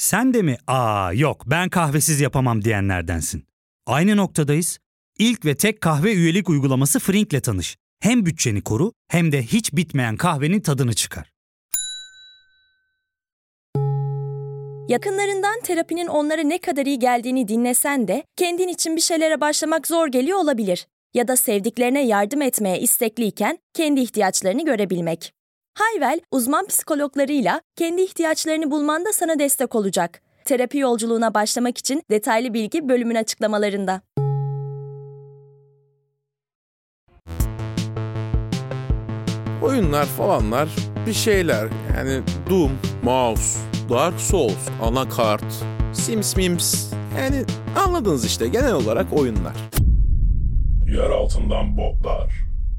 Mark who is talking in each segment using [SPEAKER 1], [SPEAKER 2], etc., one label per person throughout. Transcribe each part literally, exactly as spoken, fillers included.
[SPEAKER 1] Sen de mi aa yok ben kahvesiz yapamam diyenlerdensin? Aynı noktadayız. İlk ve tek kahve üyelik uygulaması Frink'le tanış. Hem bütçeni koru hem de hiç bitmeyen kahvenin tadını çıkar.
[SPEAKER 2] Yakınlarından terapinin onlara ne kadar iyi geldiğini dinlesen de kendin için bir şeylere başlamak zor geliyor olabilir. Ya da sevdiklerine yardım etmeye istekliyken kendi ihtiyaçlarını görebilmek. Hayvel, uzman psikologlarıyla kendi ihtiyaçlarını bulmanda sana destek olacak. Terapi yolculuğuna başlamak için detaylı bilgi bölümün açıklamalarında.
[SPEAKER 3] Oyunlar falanlar bir şeyler yani Doom, Mouse, Dark Souls, Anakart, Sims Mims yani anladınız işte genel olarak oyunlar.
[SPEAKER 4] Yer altından botlar.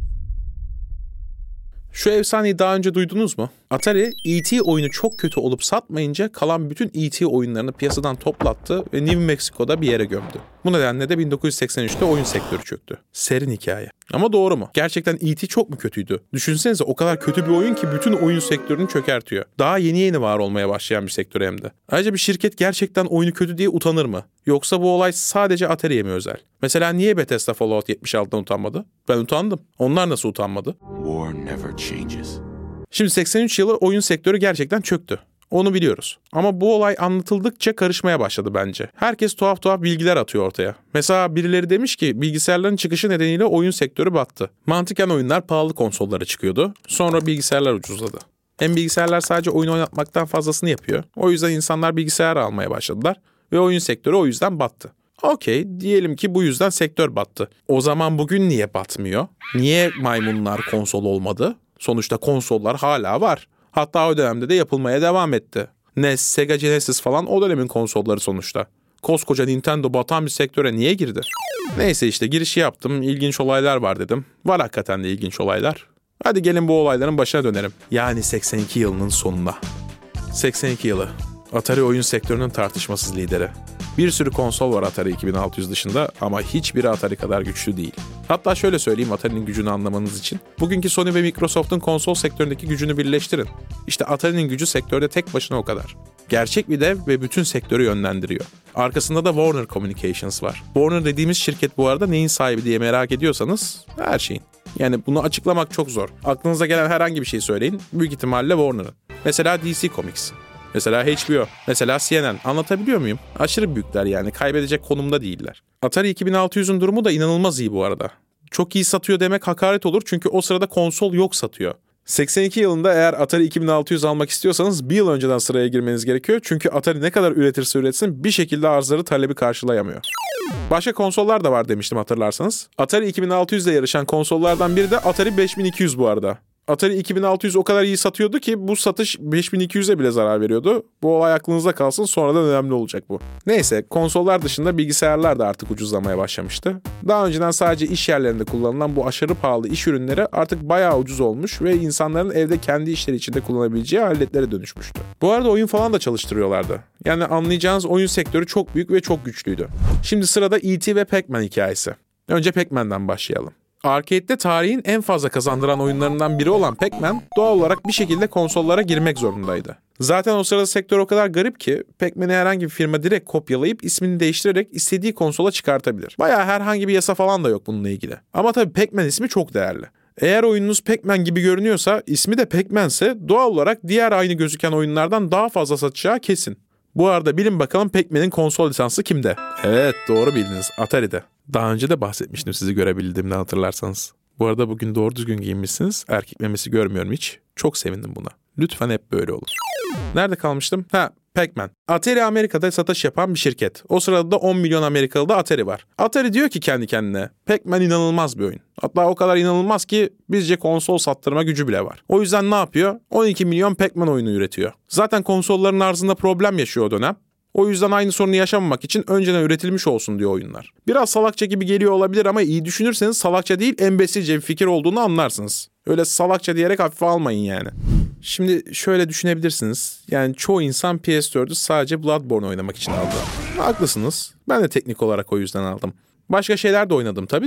[SPEAKER 3] Şu efsaneyi daha önce duydunuz mu? Atari, E T oyunu çok kötü olup satmayınca kalan bütün E T oyunlarını piyasadan toplattı ve New Mexico'da bir yere gömdü. Bu nedenle de bin dokuz yüz seksen üçte oyun sektörü çöktü. Serin hikaye. Ama doğru mu? Gerçekten E T çok mu kötüydü? Düşünsenize o kadar kötü bir oyun ki bütün oyun sektörünü çökertiyor. Daha yeni yeni var olmaya başlayan bir sektör hem de. Ayrıca bir şirket gerçekten oyunu kötü diye utanır mı? Yoksa bu olay sadece Atari'ye mi özel? Mesela niye Bethesda Fallout yetmiş altıdan utanmadı? Ben utandım. Onlar nasıl utanmadı?
[SPEAKER 4] War never changes.
[SPEAKER 3] Şimdi seksen üç yılı oyun sektörü gerçekten çöktü. Onu biliyoruz. Ama bu olay anlatıldıkça karışmaya başladı bence. Herkes tuhaf tuhaf bilgiler atıyor ortaya. Mesela birileri demiş ki bilgisayarların çıkışı nedeniyle oyun sektörü battı. Mantıken oyunlar pahalı konsollara çıkıyordu. Sonra bilgisayarlar ucuzladı. Hem bilgisayarlar sadece oyun oynatmaktan fazlasını yapıyor. O yüzden insanlar bilgisayar almaya başladılar. Ve oyun sektörü o yüzden battı. Okey, diyelim ki bu yüzden sektör battı. O zaman bugün niye batmıyor? Niye maymunlar konsol olmadı? Sonuçta konsollar hala var. Hatta o dönemde de yapılmaya devam etti. N E S, Sega Genesis falan o dönemin konsolları sonuçta. Koskoca Nintendo batan bir sektöre niye girdi? Neyse işte girişi yaptım, ilginç olaylar var dedim. Var hakikaten de ilginç olaylar. Hadi gelin bu olayların başına dönelim. Yani seksen iki yılının sonuna. seksen iki yılı. Atari oyun sektörünün tartışmasız lideri. Bir sürü konsol var Atari iki bin altı yüz dışında ama hiçbiri Atari kadar güçlü değil. Hatta şöyle söyleyeyim Atari'nin gücünü anlamanız için. Bugünkü Sony ve Microsoft'un konsol sektöründeki gücünü birleştirin. İşte Atari'nin gücü sektörde tek başına o kadar. Gerçek bir dev ve bütün sektörü yönlendiriyor. Arkasında da Warner Communications var. Warner dediğimiz şirket bu arada neyin sahibi diye merak ediyorsanız her şeyin. Yani bunu açıklamak çok zor. Aklınıza gelen herhangi bir şey söyleyin. Büyük ihtimalle Warner'ın. Mesela D C Comics. Mesela H B O, mesela C N N. Anlatabiliyor muyum? Aşırı büyükler yani. Kaybedecek konumda değiller. Atari iki bin altı yüzün durumu da inanılmaz iyi bu arada. Çok iyi satıyor demek hakaret olur çünkü o sırada konsol yok satıyor. seksen iki yılında eğer Atari iki bin altı yüz almak istiyorsanız bir yıl önceden sıraya girmeniz gerekiyor. Çünkü Atari ne kadar üretirse üretsin bir şekilde arzları talebi karşılayamıyor. Başka konsollar da var demiştim hatırlarsanız. Atari iki bin altı yüzle yarışan konsollardan biri de Atari beş bin iki yüz bu arada. Atari iki bin altı yüz o kadar iyi satıyordu ki bu satış beş bin iki yüze bile zarar veriyordu. Bu olay aklınızda kalsın, sonradan önemli olacak bu. Neyse, konsollar dışında bilgisayarlar da artık ucuzlamaya başlamıştı. Daha önceden sadece iş yerlerinde kullanılan bu aşırı pahalı iş ürünleri artık bayağı ucuz olmuş ve insanların evde kendi işleri içinde kullanabileceği aletlere dönüşmüştü. Bu arada oyun falan da çalıştırıyorlardı. Yani anlayacağınız oyun sektörü çok büyük ve çok güçlüydü. Şimdi sırada E T ve Pac-Man hikayesi. Önce Pac-Man'den başlayalım. Arcade'de tarihin en fazla kazandıran oyunlarından biri olan Pac-Man doğal olarak bir şekilde konsollara girmek zorundaydı. Zaten o sırada sektör o kadar garip ki Pac-Man'i herhangi bir firma direkt kopyalayıp ismini değiştirerek istediği konsola çıkartabilir. Bayağı herhangi bir yasa falan da yok bununla ilgili. Ama tabii Pac-Man ismi çok değerli. Eğer oyununuz Pac-Man gibi görünüyorsa, ismi de Pac-Man'se doğal olarak diğer aynı gözüken oyunlardan daha fazla satacağı kesin. Bu arada bilin bakalım Pac-Man'in konsol lisansı kimde? Evet, doğru bildiniz, Atari'de. Daha önce de bahsetmiştim sizi görebildiğimden hatırlarsanız. Bu arada bugün doğru düzgün giyinmişsiniz. Erkek memesi görmüyorum hiç. Çok sevindim buna. Lütfen hep böyle olur. Nerede kalmıştım? Ha, Pac-Man. Atari Amerika'da satış yapan bir şirket. O sırada da on milyon Amerikalı'da Atari var. Atari diyor ki kendi kendine, Pac-Man inanılmaz bir oyun. Hatta o kadar inanılmaz ki bizce konsol sattırma gücü bile var. O yüzden ne yapıyor? on iki milyon Pac-Man oyunu üretiyor. Zaten konsolların arzında problem yaşıyor o dönem. O yüzden aynı sorunu yaşamamak için önceden üretilmiş olsun diyor oyunlar. Biraz salakça gibi geliyor olabilir ama iyi düşünürseniz salakça değil, embesilce bir fikir olduğunu anlarsınız. Öyle salakça diyerek hafife almayın yani. Şimdi şöyle düşünebilirsiniz. Yani çoğu insan P S dördü sadece Bloodborne oynamak için aldı. Haklısınız. Ben de teknik olarak o yüzden aldım. Başka şeyler de oynadım tabii de.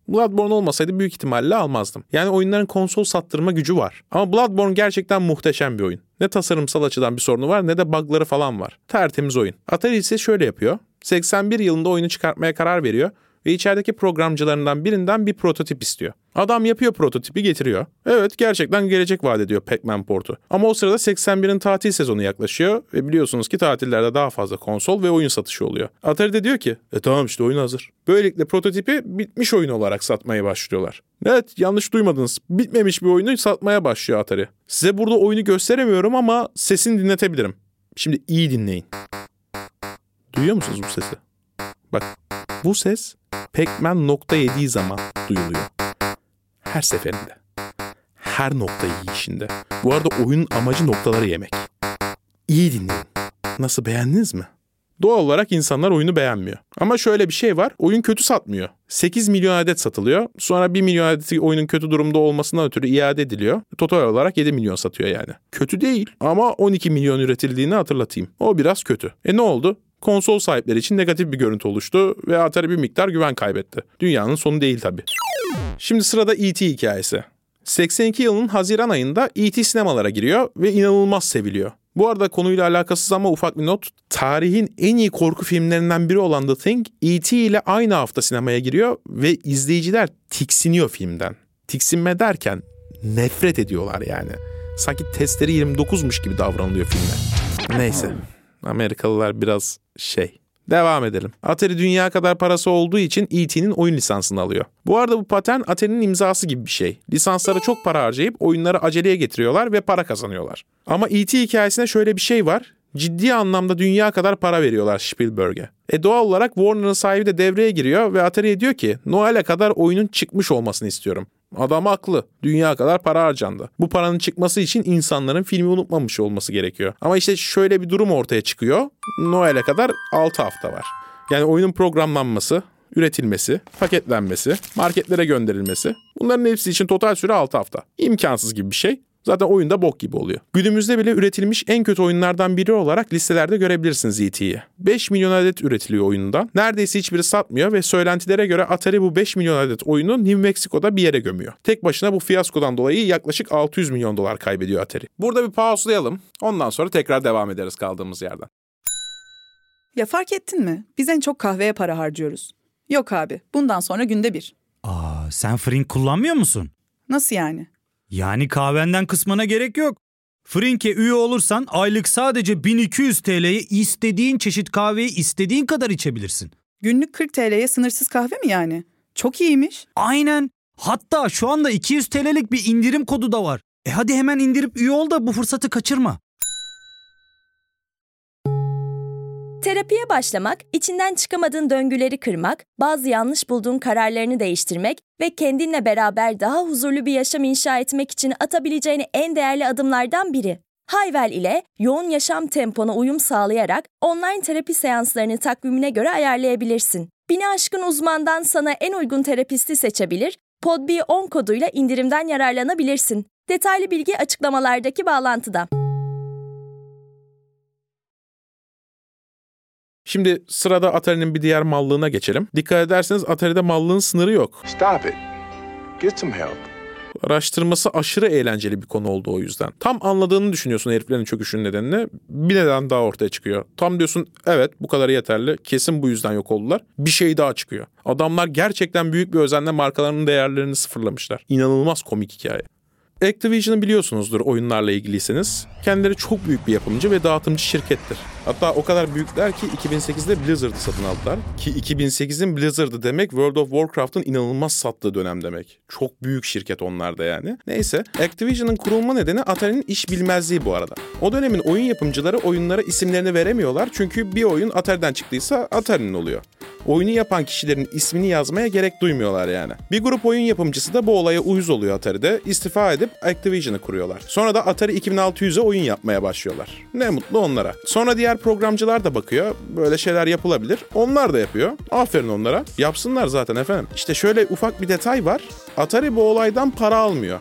[SPEAKER 3] Bloodborne olmasaydı büyük ihtimalle almazdım. Yani oyunların konsol sattırma gücü var. Ama Bloodborne gerçekten muhteşem bir oyun. Ne tasarımsal açıdan bir sorunu var ne de bug'ları falan var. Tertemiz oyun. Atari ise şöyle yapıyor. seksen bir yılında oyunu çıkartmaya karar veriyor ve içerideki programcılarından birinden bir prototip istiyor. Adam yapıyor, prototipi getiriyor. Evet, gerçekten gelecek vaat ediyor Pac-Man portu. Ama o sırada seksen birin tatil sezonu yaklaşıyor ve biliyorsunuz ki tatillerde daha fazla konsol ve oyun satışı oluyor. Atari de diyor ki e tamam işte oyun hazır. Böylelikle prototipi bitmiş oyun olarak satmaya başlıyorlar. Evet, yanlış duymadınız. Bitmemiş bir oyunu satmaya başlıyor Atari. Size burada oyunu gösteremiyorum ama sesini dinletebilirim. Şimdi iyi dinleyin. Duyuyor musunuz bu sesi? Bak, bu ses Pac-Man nokta yediği zaman duyuluyor. Her seferinde. Her nokta yiyişinde. Bu arada oyunun amacı noktaları yemek. İyi dinleyin. Nasıl, beğendiniz mi? Doğal olarak insanlar oyunu beğenmiyor. Ama şöyle bir şey var. Oyun kötü satmıyor. sekiz milyon adet satılıyor. Sonra bir milyon adeti oyunun kötü durumda olmasından ötürü iade ediliyor. Total olarak yedi milyon satıyor yani. Kötü değil ama on iki milyon üretildiğini hatırlatayım. O biraz kötü. E ne oldu? Konsol sahipleri için negatif bir görüntü oluştu ve Atari bir miktar güven kaybetti. Dünyanın sonu değil tabii. Şimdi sırada E T hikayesi. seksen iki yılının Haziran ayında E T sinemalara giriyor ve inanılmaz seviliyor. Bu arada konuyla alakasız ama ufak bir not. Tarihin en iyi korku filmlerinden biri olan The Thing, E T ile aynı hafta sinemaya giriyor ve izleyiciler tiksiniyor filmden. Tiksinme derken nefret ediyorlar yani. Sanki testleri yirmi dokuzmuş gibi davranılıyor filme. Neyse. Amerikalılar biraz şey. Devam edelim. Atari dünya kadar parası olduğu için E T'nin oyun lisansını alıyor. Bu arada bu patern Atari'nin imzası gibi bir şey. Lisanslara çok para harcayıp oyunları aceleye getiriyorlar ve para kazanıyorlar. Ama E T hikayesinde şöyle bir şey var. Ciddi anlamda dünya kadar para veriyorlar Spielberg'e. E doğal olarak Warner'ın sahibi de devreye giriyor ve Atari'ye diyor ki Noel'e kadar oyunun çıkmış olmasını istiyorum. Adam haklı. Dünya kadar para harcandı. Bu paranın çıkması için insanların filmi unutmamış olması gerekiyor. Ama işte şöyle bir durum ortaya çıkıyor. Noel'e kadar altı hafta var. Yani oyunun programlanması, üretilmesi, paketlenmesi, marketlere gönderilmesi. Bunların hepsi için total süre altı hafta. İmkansız gibi bir şey. Zaten oyunda bok gibi oluyor. Günümüzde bile üretilmiş en kötü oyunlardan biri olarak listelerde görebilirsiniz E T'yi. beş milyon adet üretiliyor oyundan. Neredeyse hiçbiri satmıyor ve söylentilere göre Atari bu beş milyon adet oyunu New Mexico'da bir yere gömüyor. Tek başına bu fiyaskodan dolayı yaklaşık altı yüz milyon dolar kaybediyor Atari. Burada bir pauslayalım. Ondan sonra tekrar devam ederiz kaldığımız yerden.
[SPEAKER 5] Ya fark ettin mi? Biz en çok kahveye para harcıyoruz. Yok abi, bundan sonra günde bir.
[SPEAKER 1] Aa, sen Frink kullanmıyor musun?
[SPEAKER 5] Nasıl yani?
[SPEAKER 1] Yani kahvenden kısmına gerek yok. Frink'e üye olursan aylık sadece bin iki yüz T L'ye istediğin çeşit kahveyi istediğin kadar içebilirsin.
[SPEAKER 5] Günlük kırk T L'ye sınırsız kahve mi yani? Çok iyiymiş.
[SPEAKER 1] Aynen. Hatta şu anda iki yüz T L'lik bir indirim kodu da var. E hadi hemen indirip üye ol da bu fırsatı kaçırma.
[SPEAKER 2] Terapiye başlamak, içinden çıkamadığın döngüleri kırmak, bazı yanlış bulduğun kararlarını değiştirmek ve kendinle beraber daha huzurlu bir yaşam inşa etmek için atabileceğin en değerli adımlardan biri. Hayvel ile yoğun yaşam tempona uyum sağlayarak online terapi seanslarını takvimine göre ayarlayabilirsin. Bini aşkın uzmandan sana en uygun terapisti seçebilir, Podb on koduyla indirimden yararlanabilirsin. Detaylı bilgi açıklamalardaki bağlantıda.
[SPEAKER 3] Şimdi sırada Atari'nin bir diğer mallığına geçelim. Dikkat ederseniz Atari'de mallığın sınırı yok.
[SPEAKER 4] Stop it. Get some help.
[SPEAKER 3] Araştırması aşırı eğlenceli bir konu oldu o yüzden. Tam anladığını düşünüyorsun heriflerin çöküşünün nedenini. Bir neden daha ortaya çıkıyor. Tam diyorsun evet bu kadar yeterli. Kesin bu yüzden yok oldular. Bir şey daha çıkıyor. Adamlar gerçekten büyük bir özenle markalarının değerlerini sıfırlamışlar. İnanılmaz komik hikaye. Activision'ı biliyorsunuzdur oyunlarla ilgiliyseniz. Kendileri çok büyük bir yapımcı ve dağıtımcı şirkettir. Hatta o kadar büyükler ki iki bin sekizde Blizzard'ı satın aldılar. Ki iki bin sekizin Blizzard'ı demek World of Warcraft'ın inanılmaz sattığı dönem demek. Çok büyük şirket onlar da yani. Neyse, Activision'ın kurulma nedeni Atari'nin iş bilmezliği bu arada. O dönemin oyun yapımcıları oyunlara isimlerini veremiyorlar çünkü bir oyun Atari'den çıktıysa Atari'nin oluyor. Oyunu yapan kişilerin ismini yazmaya gerek duymuyorlar yani. Bir grup oyun yapımcısı da bu olaya uyuz oluyor Atari'de. İstifa edip Activision'ı kuruyorlar. Sonra da Atari iki bin altı yüze oyun yapmaya başlıyorlar. Ne mutlu onlara. Sonra diğer programcılar da bakıyor. Böyle şeyler yapılabilir. Onlar da yapıyor. Aferin onlara. Yapsınlar zaten efendim. İşte şöyle ufak bir detay var. Atari bu olaydan para almıyor.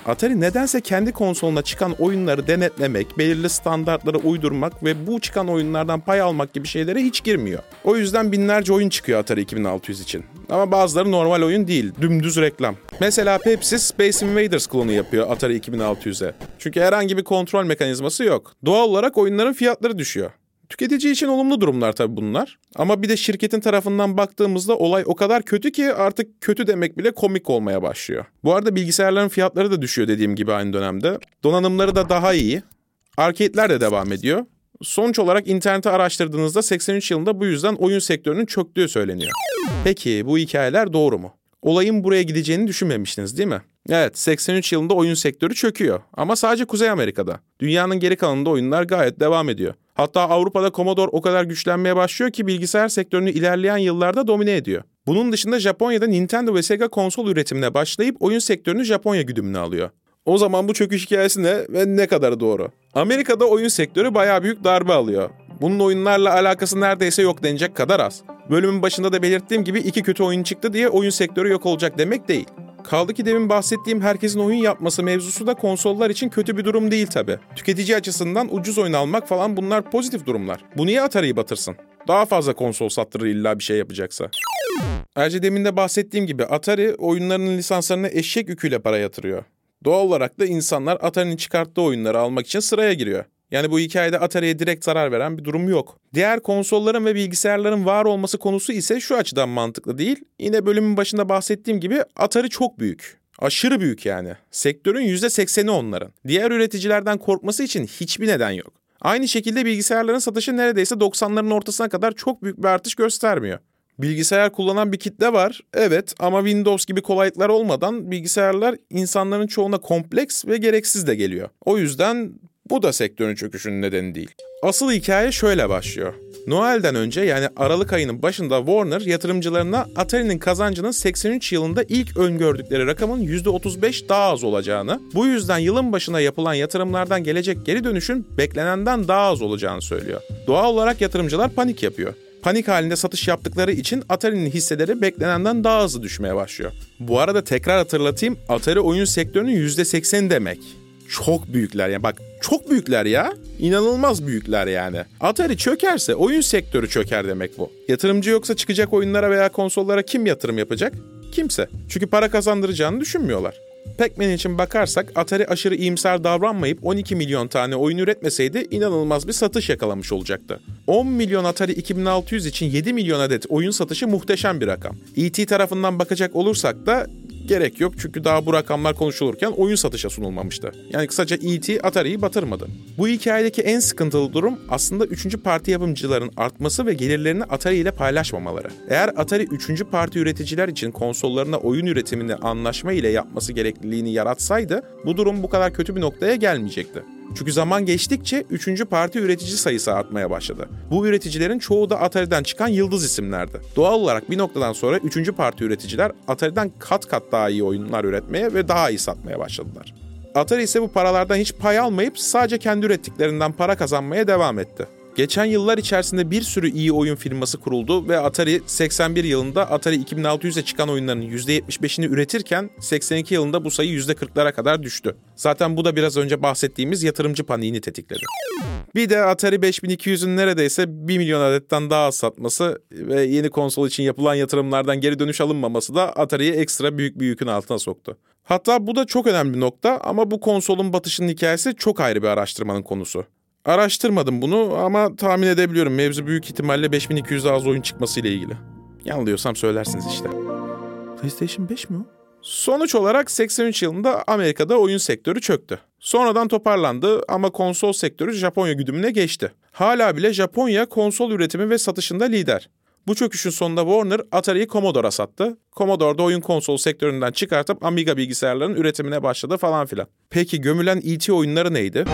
[SPEAKER 3] Atari nedense kendi konsoluna çıkan oyunları denetlemek, belirli standartlara uydurmak ve bu çıkan oyunlardan pay almak gibi şeylere hiç girmiyor. O yüzden binlerce oyun çıkıyor Atari iki bin altı yüz için. Ama bazıları normal oyun değil, dümdüz reklam. Mesela Pepsi Space Invaders klonu yapıyor Atari iki bin altı yüze. Çünkü herhangi bir kontrol mekanizması yok. Doğal olarak oyunların fiyatları düşüyor. Tüketici için olumlu durumlar tabii bunlar. Ama bir de şirketin tarafından baktığımızda olay o kadar kötü ki artık kötü demek bile komik olmaya başlıyor. Bu arada bilgisayarların fiyatları da düşüyor dediğim gibi aynı dönemde. Donanımları da daha iyi. Arcade'ler de devam ediyor. Sonuç olarak interneti araştırdığınızda seksen üç yılında bu yüzden oyun sektörünün çöktüğü söyleniyor. Peki bu hikayeler doğru mu? Olayın buraya gideceğini düşünmemiştiniz değil mi? Evet, seksen üç yılında oyun sektörü çöküyor ama sadece Kuzey Amerika'da. Dünyanın geri kalanında oyunlar gayet devam ediyor. Hatta Avrupa'da Commodore o kadar güçlenmeye başlıyor ki bilgisayar sektörünü ilerleyen yıllarda domine ediyor. Bunun dışında Japonya'da Nintendo ve Sega konsol üretimine başlayıp oyun sektörünü Japonya güdümüne alıyor. O zaman bu çöküş hikayesi ne ve ne kadar doğru? Amerika'da oyun sektörü bayağı büyük darbe alıyor. Bunun oyunlarla alakası neredeyse yok denecek kadar az. Bölümün başında da belirttiğim gibi iki kötü oyun çıktı diye oyun sektörü yok olacak demek değil. Kaldı ki demin bahsettiğim herkesin oyun yapması mevzusu da konsollar için kötü bir durum değil tabii. Tüketici açısından ucuz oyun almak falan bunlar pozitif durumlar. Bu niye Atari'yi batırsın? Daha fazla konsol sattırır illa bir şey yapacaksa. Ayrıca demin de bahsettiğim gibi Atari oyunlarının lisanslarına eşek yüküyle para yatırıyor. Doğal olarak da insanlar Atari'nin çıkarttığı oyunları almak için sıraya giriyor. Yani bu hikayede Atari'ye direkt zarar veren bir durum yok. Diğer konsolların ve bilgisayarların var olması konusu ise şu açıdan mantıklı değil. Yine bölümün başında bahsettiğim gibi Atari çok büyük. Aşırı büyük yani. Sektörün yüzde sekseni onların. Diğer üreticilerden korkması için hiçbir neden yok. Aynı şekilde bilgisayarların satışı neredeyse doksanların ortasına kadar çok büyük bir artış göstermiyor. Bilgisayar kullanan bir kitle var, evet, ama Windows gibi kolaylıklar olmadan bilgisayarlar insanların çoğuna kompleks ve gereksiz de geliyor. O yüzden bu da sektörün çöküşünün nedeni değil. Asıl hikaye şöyle başlıyor. Noel'den önce yani Aralık ayının başında Warner yatırımcılarına Atari'nin kazancının seksen üç yılında ilk öngördükleri rakamın yüzde otuz beş daha az olacağını, bu yüzden yılın başına yapılan yatırımlardan gelecek geri dönüşün beklenenden daha az olacağını söylüyor. Doğal olarak yatırımcılar panik yapıyor. Panik halinde satış yaptıkları için Atari'nin hisseleri beklenenden daha hızlı düşmeye başlıyor. Bu arada tekrar hatırlatayım, Atari oyun sektörünün yüzde sekseni demek. Çok büyükler yani, bak çok büyükler ya. İnanılmaz büyükler yani. Atari çökerse oyun sektörü çöker demek bu. Yatırımcı yoksa çıkacak oyunlara veya konsollara kim yatırım yapacak? Kimse. Çünkü para kazandıracağını düşünmüyorlar. Pac-Man için bakarsak Atari aşırı iyimser davranmayıp on iki milyon tane oyun üretmeseydi inanılmaz bir satış yakalamış olacaktı. on milyon Atari iki bin altı yüz için yedi milyon adet oyun satışı muhteşem bir rakam. E T tarafından bakacak olursak da gerek yok çünkü daha bu rakamlar konuşulurken oyun satışa sunulmamıştı. Yani kısaca E T Atari'yi batırmadı. Bu hikayedeki en sıkıntılı durum aslında üçüncü parti yapımcıların artması ve gelirlerini Atari ile paylaşmamaları. Eğer Atari üçüncü parti üreticiler için konsollarına oyun üretimini anlaşma ile yapması gerekliliğini yaratsaydı bu durum bu kadar kötü bir noktaya gelmeyecekti. Çünkü zaman geçtikçe üçüncü parti üretici sayısı artmaya başladı. Bu üreticilerin çoğu da Atari'den çıkan yıldız isimlerdi. Doğal olarak bir noktadan sonra üçüncü parti üreticiler Atari'den kat kat daha iyi oyunlar üretmeye ve daha iyi satmaya başladılar. Atari ise bu paralardan hiç pay almayıp sadece kendi ürettiklerinden para kazanmaya devam etti. Geçen yıllar içerisinde bir sürü iyi oyun firması kuruldu ve Atari seksen bir yılında Atari iki bin altı yüze çıkan oyunların yüzde yetmiş beşini üretirken seksen iki yılında bu sayı yüzde kırklara kadar düştü. Zaten bu da biraz önce bahsettiğimiz yatırımcı paniğini tetikledi. Bir de Atari beş bin iki yüzün neredeyse bir milyon adetten daha az satması ve yeni konsol için yapılan yatırımlardan geri dönüş alınmaması da Atari'yi ekstra büyük bir yükün altına soktu. Hatta bu da çok önemli bir nokta ama bu konsolun batışının hikayesi çok ayrı bir araştırmanın konusu. Araştırmadım bunu ama tahmin edebiliyorum. Mevzu büyük ihtimalle beş bin iki yüze az oyun çıkmasıyla ilgili. Yanılıyorsam söylersiniz işte. PlayStation beş mi o? Sonuç olarak seksen üç yılında Amerika'da oyun sektörü çöktü. Sonradan toparlandı ama konsol sektörü Japonya güdümüne geçti. Hala bile Japonya konsol üretimi ve satışında lider. Bu çöküşün sonunda Warner Atari'yi Commodore'a sattı. Commodore da oyun konsol sektöründen çıkartıp Amiga bilgisayarların üretimine başladı falan filan. Peki gömülen E T oyunları neydi?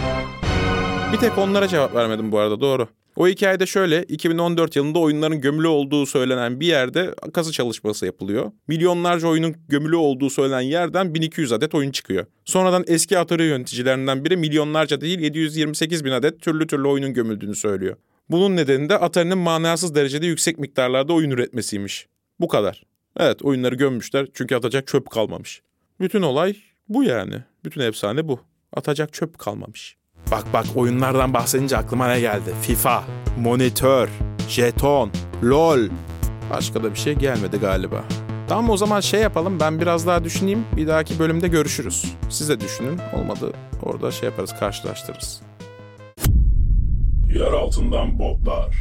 [SPEAKER 3] Bir tek onlara cevap vermedim bu arada, doğru. O hikayede şöyle, iki bin on dört yılında oyunların gömülü olduğu söylenen bir yerde kazı çalışması yapılıyor. Milyonlarca oyunun gömülü olduğu söylenen yerden bin iki yüz adet oyun çıkıyor. Sonradan eski Atari yöneticilerinden biri milyonlarca değil yedi yüz yirmi sekiz bin adet türlü türlü oyunun gömüldüğünü söylüyor. Bunun nedeni de Atari'nin manasız derecede yüksek miktarlarda oyun üretmesiymiş. Bu kadar. Evet, oyunları gömmüşler çünkü atacak çöp kalmamış. Bütün olay Bu yani. Bütün efsane bu. Atacak çöp kalmamış. Bak bak oyunlardan bahsedince aklıma ne geldi? FIFA, monitör, jeton, LOL. Başka da bir şey gelmedi galiba. Tamam o zaman şey yapalım, ben biraz daha düşüneyim. Bir dahaki bölümde görüşürüz. Siz de düşünün. Olmadı orada şey yaparız, karşılaştırırız.
[SPEAKER 6] Yer altından botlar.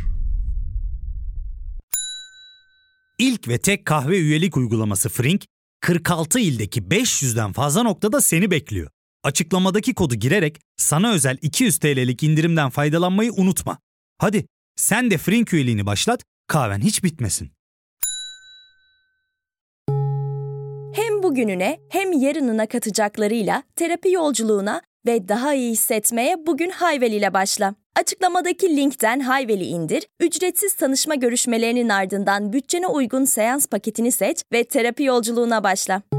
[SPEAKER 1] İlk ve tek kahve üyelik uygulaması Frink, kırk altı ildeki beş yüzden fazla noktada seni bekliyor. Açıklamadaki kodu girerek sana özel iki yüz TL'lik indirimden faydalanmayı unutma. Hadi sen de Frink üyeliğini başlat, kahven hiç bitmesin.
[SPEAKER 2] Hem bugününe hem yarınına katacaklarıyla terapi yolculuğuna ve daha iyi hissetmeye bugün Hayvel ile başla. Açıklamadaki linkten Hayvel'i indir, ücretsiz tanışma görüşmelerinin ardından bütçene uygun seans paketini seç ve terapi yolculuğuna başla.